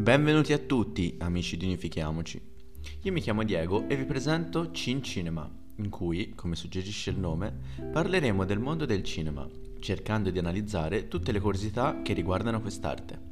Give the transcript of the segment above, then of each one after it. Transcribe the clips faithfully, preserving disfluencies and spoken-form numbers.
Benvenuti a tutti, amici di Unifichiamoci. Io mi chiamo Diego e vi presento Cin Cinema, in cui, come suggerisce il nome, parleremo del mondo del cinema, cercando di analizzare tutte le curiosità che riguardano quest'arte.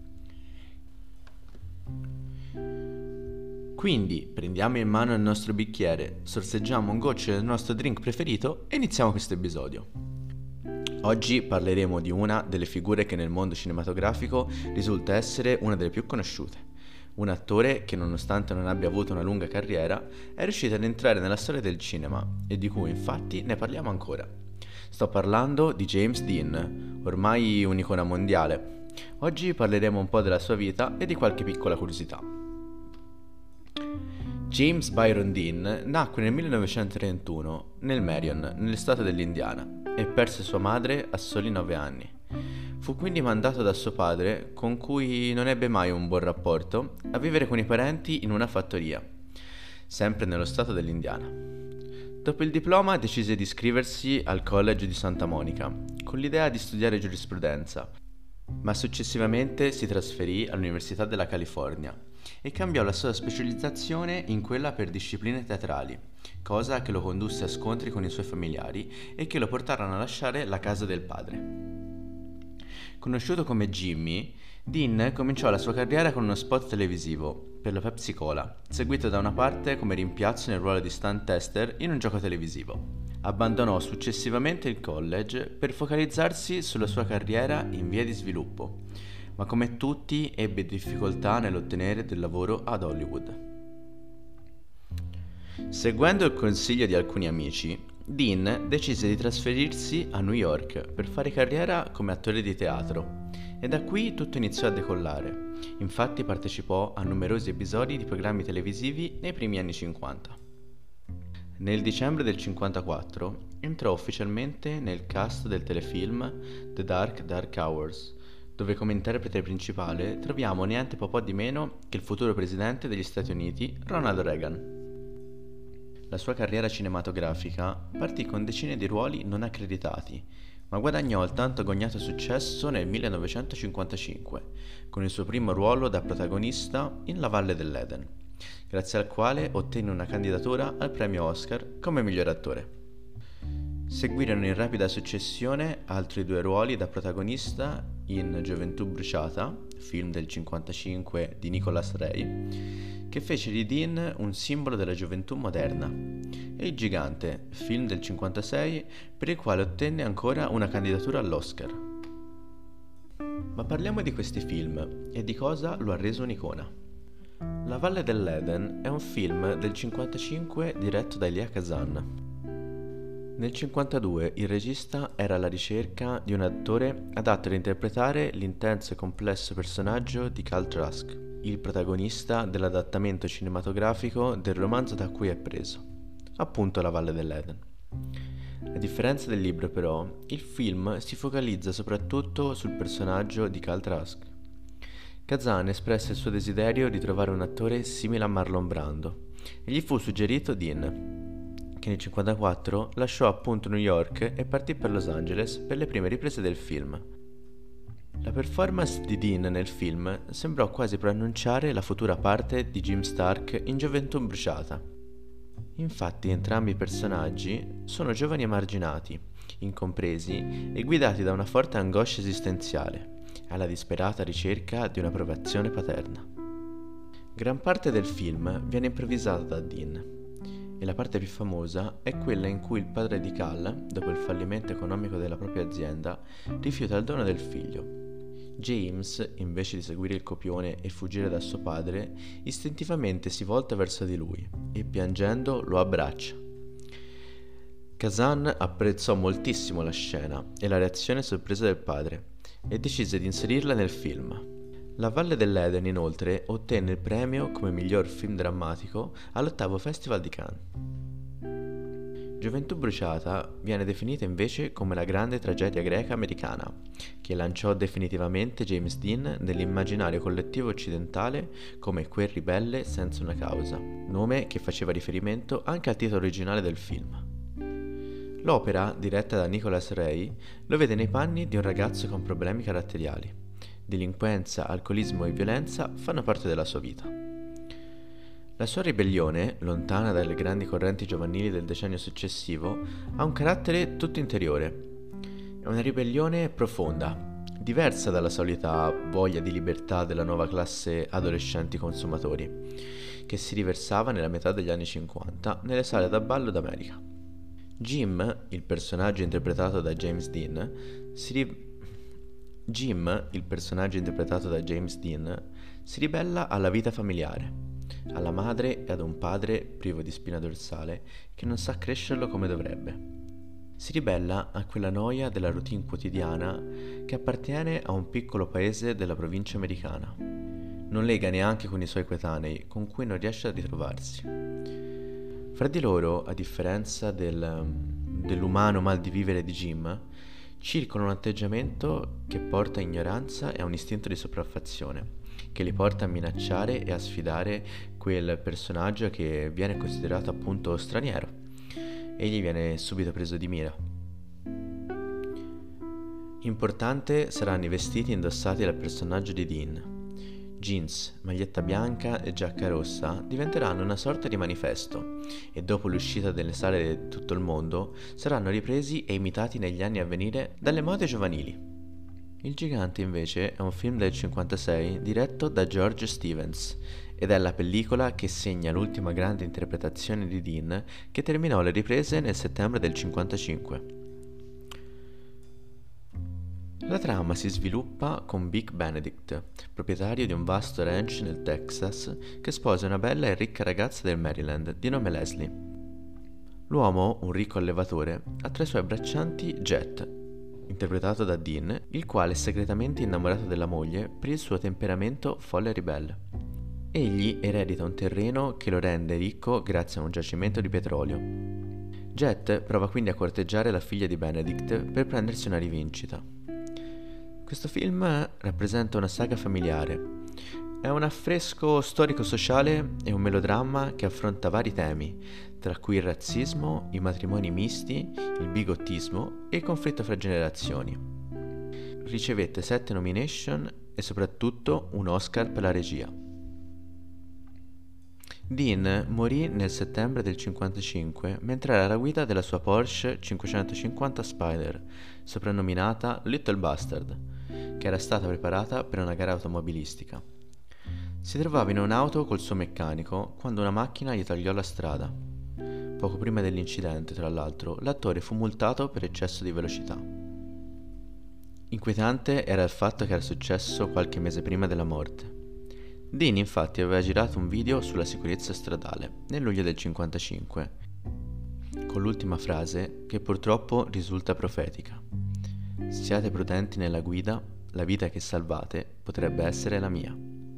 Quindi prendiamo in mano il nostro bicchiere, sorseggiamo un goccio del nostro drink preferito e iniziamo questo episodio. Oggi parleremo di una delle figure che nel mondo cinematografico risulta essere una delle più conosciute. Un attore che, nonostante non abbia avuto una lunga carriera, è riuscito ad entrare nella storia del cinema e di cui infatti ne parliamo ancora. Sto parlando di James Dean, ormai un'icona mondiale. Oggi parleremo un po' della sua vita e di qualche piccola curiosità. James Byron Dean nacque nel millenovecentotrentuno nel Marion, nello stato dell'Indiana, e perse sua madre a soli nove anni. Fu quindi mandato da suo padre, con cui non ebbe mai un buon rapporto, a vivere con i parenti in una fattoria, sempre nello stato dell'Indiana. Dopo il diploma decise di iscriversi al College di Santa Monica, con l'idea di studiare giurisprudenza, ma successivamente si trasferì all'Università della California e cambiò la sua specializzazione in quella per discipline teatrali, cosa che lo condusse a scontri con i suoi familiari e che lo portarono a lasciare la casa del padre. Conosciuto come Jimmy, Dean cominciò la sua carriera con uno spot televisivo per la Pepsi Cola, seguito da una parte come rimpiazzo nel ruolo di stunt tester in un gioco televisivo. Abbandonò successivamente il college per focalizzarsi sulla sua carriera in via di sviluppo, ma come tutti ebbe difficoltà nell'ottenere del lavoro ad Hollywood. Seguendo il consiglio di alcuni amici, Dean decise di trasferirsi a New York per fare carriera come attore di teatro e da qui tutto iniziò a decollare. Infatti partecipò a numerosi episodi di programmi televisivi nei primi anni cinquanta. Nel dicembre del cinquantaquattro entrò ufficialmente nel cast del telefilm The Dark Dark Hours, dove come interprete principale troviamo niente po' di meno che il futuro presidente degli Stati Uniti, Ronald Reagan. La sua carriera cinematografica partì con decine di ruoli non accreditati, ma guadagnò il tanto agognato successo nel millenovecentocinquantacinque, con il suo primo ruolo da protagonista in La Valle dell'Eden, grazie al quale ottenne una candidatura al premio Oscar come miglior attore. Seguirono in rapida successione altri due ruoli da protagonista in Gioventù bruciata, film del cinquantacinque di Nicholas Ray, che fece di Dean un simbolo della gioventù moderna, e Il Gigante, film del cinquantasei, per il quale ottenne ancora una candidatura all'Oscar. Ma parliamo di questi film e di cosa lo ha reso un'icona. La Valle dell'Eden è un film del cinquantacinque diretto da Elia Kazan. Nel cinquantadue il regista era alla ricerca di un attore adatto ad interpretare l'intenso e complesso personaggio di Cal Trask, il protagonista dell'adattamento cinematografico del romanzo da cui è preso, appunto La Valle dell'Eden. A differenza del libro però, il film si focalizza soprattutto sul personaggio di Cal Trask. Kazan espresse il suo desiderio di trovare un attore simile a Marlon Brando e gli fu suggerito Dean, che nel cinquantaquattro lasciò appunto New York e partì per Los Angeles per le prime riprese del film. La performance di Dean nel film sembrò quasi preannunciare la futura parte di Jim Stark in Gioventù bruciata. Infatti entrambi i personaggi sono giovani emarginati, incompresi e guidati da una forte angoscia esistenziale, alla disperata ricerca di un'approvazione paterna. Gran parte del film viene improvvisata da Dean, e la parte più famosa è quella in cui il padre di Cal, dopo il fallimento economico della propria azienda, rifiuta il dono del figlio. James, invece di seguire il copione e fuggire da suo padre, istintivamente si volta verso di lui e piangendo lo abbraccia. Kazan apprezzò moltissimo la scena e la reazione sorpresa del padre e decise di inserirla nel film. La Valle dell'Eden inoltre ottenne il premio come miglior film drammatico all'ottavo Festival di Cannes. Gioventù bruciata viene definita invece come la grande tragedia greca americana, che lanciò definitivamente James Dean nell'immaginario collettivo occidentale come quel ribelle senza una causa, nome che faceva riferimento anche al titolo originale del film. L'opera, diretta da Nicholas Ray, lo vede nei panni di un ragazzo con problemi caratteriali, Delinquenza, alcolismo e violenza fanno parte della sua vita. La sua ribellione, lontana dalle grandi correnti giovanili del decennio successivo, ha un carattere tutto interiore. È una ribellione profonda, diversa dalla solita voglia di libertà della nuova classe adolescenti consumatori, che si riversava nella metà degli anni cinquanta nelle sale da ballo d'America. Jim, il personaggio interpretato da James Dean, si ri- Jim, il personaggio interpretato da James Dean, si ribella alla vita familiare, alla madre e ad un padre privo di spina dorsale che non sa crescerlo come dovrebbe. Si ribella a quella noia della routine quotidiana che appartiene a un piccolo paese della provincia americana. Non lega neanche con i suoi coetanei, con cui non riesce a ritrovarsi. Fra di loro, a differenza del, dell'umano mal di vivere di Jim, circola un atteggiamento che porta a ignoranza e a un istinto di sopraffazione, che li porta a minacciare e a sfidare quel personaggio che viene considerato appunto straniero. Egli viene subito preso di mira. Importante saranno i vestiti indossati dal personaggio di Dean. Jeans, maglietta bianca e giacca rossa diventeranno una sorta di manifesto e dopo l'uscita delle sale di tutto il mondo saranno ripresi e imitati negli anni a venire dalle mode giovanili. Il Gigante invece è un film del cinquantasei diretto da George Stevens ed è la pellicola che segna l'ultima grande interpretazione di Dean che terminò le riprese nel settembre del cinquantacinque. La trama si sviluppa con Vic Benedict, proprietario di un vasto ranch nel Texas, che sposa una bella e ricca ragazza del Maryland di nome Leslie. L'uomo, un ricco allevatore, ha tra i suoi abbraccianti Jet, interpretato da Dean, il quale è segretamente innamorato della moglie per il suo temperamento folle e ribelle. Egli eredita un terreno che lo rende ricco grazie a un giacimento di petrolio. Jet prova quindi a corteggiare la figlia di Benedict per prendersi una rivincita. Questo film rappresenta una saga familiare. È un affresco storico-sociale e un melodramma che affronta vari temi, tra cui il razzismo, i matrimoni misti, il bigottismo e il conflitto fra generazioni. Ricevette sette nomination e soprattutto un Oscar per la regia. Dean morì nel settembre del cinquantacinque mentre era alla guida della sua Porsche cinquecentocinquanta Spider, soprannominata Little Bastard, che era stata preparata per una gara automobilistica. Si trovava in un'auto col suo meccanico quando una macchina gli tagliò la strada. Poco prima dell'incidente, tra l'altro, l'attore fu multato per eccesso di velocità. Inquietante era il fatto che era successo qualche mese prima della morte. Dean infatti aveva girato un video sulla sicurezza stradale nel luglio del cinquantacinque, con l'ultima frase che purtroppo risulta profetica: siate prudenti nella guida, la vita che salvate potrebbe essere la mia.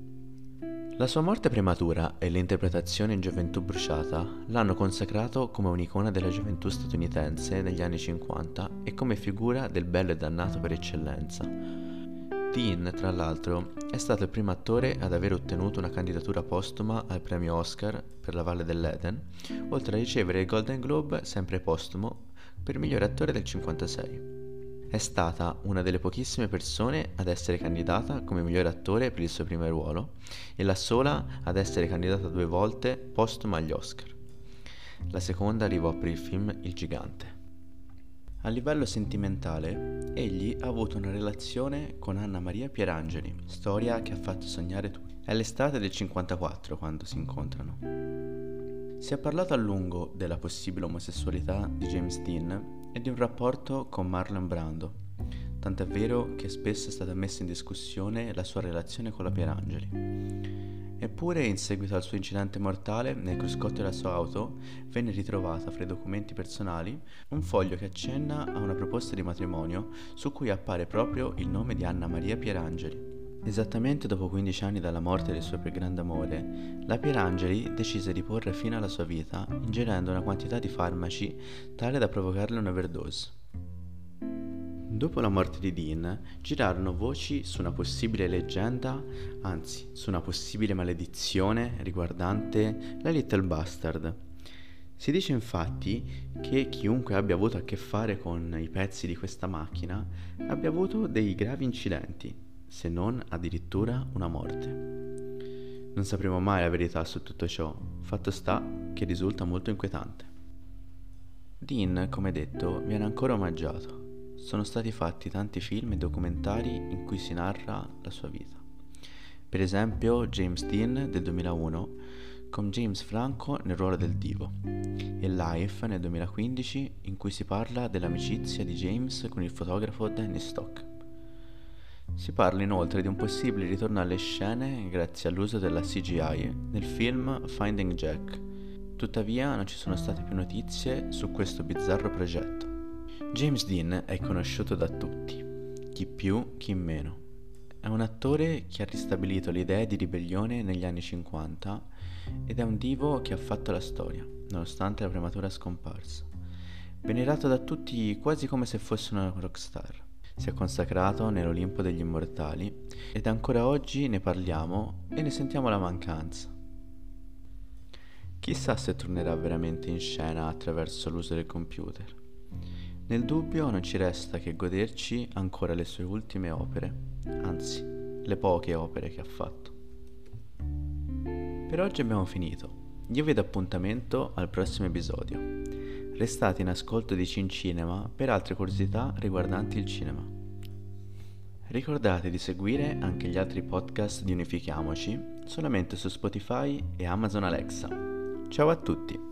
La sua morte prematura e l'interpretazione in gioventù bruciata l'hanno consacrato come un'icona della gioventù statunitense negli anni cinquanta e come figura del bello e dannato per eccellenza. Dean, tra l'altro, è stato il primo attore ad aver ottenuto una candidatura postuma al premio Oscar per La Valle dell'Eden, oltre a ricevere il Golden Globe, sempre postumo, per migliore attore del cinquantasei. È stata una delle pochissime persone ad essere candidata come miglior attore per il suo primo ruolo e la sola ad essere candidata due volte postuma agli Oscar. La seconda arrivò per il film Il Gigante. A livello sentimentale, egli ha avuto una relazione con Anna Maria Pierangeli, storia che ha fatto sognare tutti. È l'estate del cinquantaquattro quando si incontrano. Si è parlato a lungo della possibile omosessualità di James Dean e di un rapporto con Marlon Brando, tant'è vero che spesso è stata messa in discussione la sua relazione con la Pierangeli. Eppure, in seguito al suo incidente mortale, nel cruscotto della sua auto, venne ritrovata fra i documenti personali un foglio che accenna a una proposta di matrimonio su cui appare proprio il nome di Anna Maria Pierangeli. Esattamente dopo quindici anni dalla morte del suo più grande amore, la Pierangeli decise di porre fine alla sua vita ingerendo una quantità di farmaci tale da provocarle un'overdose. Dopo la morte di Dean, girarono voci su una possibile leggenda, anzi, su una possibile maledizione riguardante la Little Bastard. Si dice infatti che chiunque abbia avuto a che fare con i pezzi di questa macchina abbia avuto dei gravi incidenti. se non addirittura una morte. Non sapremo mai la verità su tutto ciò, fatto sta che risulta molto inquietante. Dean, come detto, viene ancora omaggiato. Sono stati fatti tanti film e documentari in cui si narra la sua vita. Per esempio James Dean del duemilauno con James Franco nel ruolo del divo e Life nel duemilaquindici in cui si parla dell'amicizia di James con il fotografo Dennis Stock. Si parla inoltre di un possibile ritorno alle scene grazie all'uso della C G I nel film Finding Jack. Tuttavia non ci sono state più notizie su questo bizzarro progetto. James Dean è conosciuto da tutti, chi più, chi meno. È un attore che ha ristabilito le idee di ribellione negli anni cinquanta ed è un divo che ha fatto la storia, nonostante la prematura scomparsa. Venerato da tutti quasi come se fosse una rockstar. Si è consacrato nell'Olimpo degli immortali ed ancora oggi ne parliamo e ne sentiamo la mancanza. Chissà se tornerà veramente in scena attraverso l'uso del computer. Nel dubbio non ci resta che goderci ancora le sue ultime opere, anzi, le poche opere che ha fatto. Per oggi abbiamo finito. Io vi do appuntamento al prossimo episodio. Restate in ascolto di Cincinema per altre curiosità riguardanti il cinema. Ricordate di seguire anche gli altri podcast di Unifichiamoci solamente su Spotify e Amazon Alexa. Ciao a tutti!